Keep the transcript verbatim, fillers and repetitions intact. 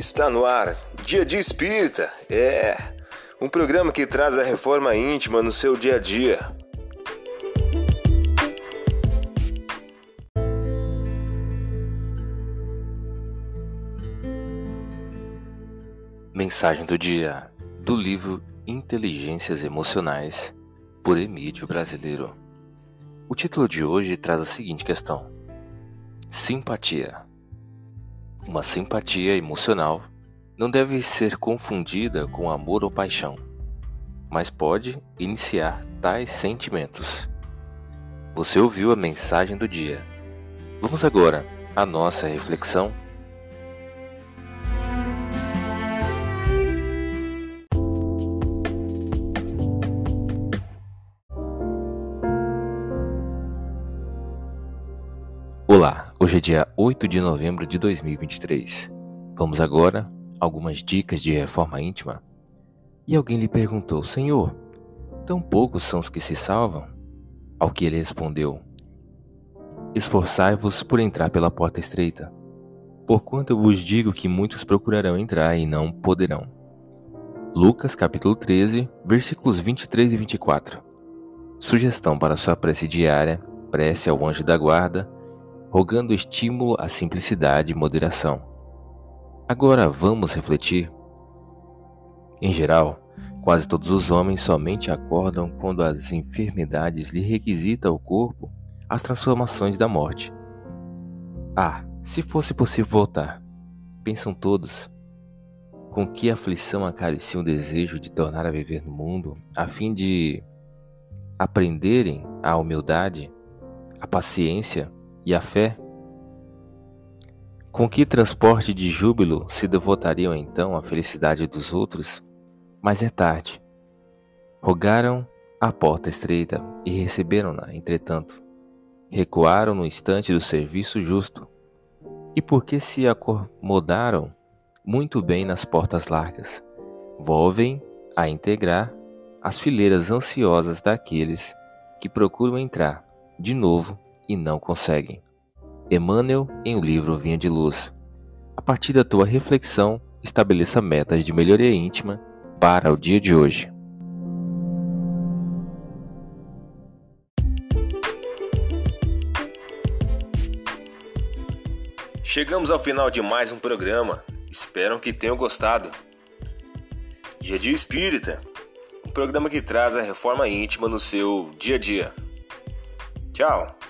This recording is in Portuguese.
Está no ar, Dia a Dia Espírita, é um programa que traz a reforma íntima no seu dia a dia. Mensagem do dia, do livro Inteligências Emocionais, por Emílio Brasileiro. O título de hoje traz a seguinte questão: simpatia. Uma simpatia emocional não deve ser confundida com amor ou paixão, mas pode iniciar tais sentimentos. Você ouviu a mensagem do dia. Vamos agora à nossa reflexão. Olá, hoje é dia oito de novembro de dois mil e vinte e três. Vamos agora a algumas dicas de reforma íntima. E alguém lhe perguntou: Senhor, tão poucos são os que se salvam? Ao que ele respondeu: esforçai-vos por entrar pela porta estreita, porquanto eu vos digo que muitos procurarão entrar e não poderão. Lucas capítulo treze, versículos vinte e três e vinte e quatro. Sugestão para sua prece diária: prece ao anjo da guarda, rogando estímulo à simplicidade e moderação. Agora vamos refletir. Em geral, quase todos os homens somente acordam quando as enfermidades lhe requisitam ao corpo as transformações da morte. Ah, se fosse possível voltar, pensam todos. Com que aflição acaricia o desejo de tornar a viver no mundo, a fim de aprenderem a humildade, a paciência e a fé? Com que transporte de júbilo se devotariam então à felicidade dos outros? Mas é tarde. Rogaram a porta estreita e receberam-na, entretanto. Recuaram no instante do serviço justo. E porque se acomodaram muito bem nas portas largas, volvem a integrar as fileiras ansiosas daqueles que procuram entrar de novo e não conseguem. Emmanuel, em o livro Vinha de Luz. A partir da tua reflexão, estabeleça metas de melhoria íntima para o dia de hoje. Chegamos ao final de mais um programa. Espero que tenham gostado. Dia a Dia Espírita, um programa que traz a reforma íntima no seu dia a dia. Tchau!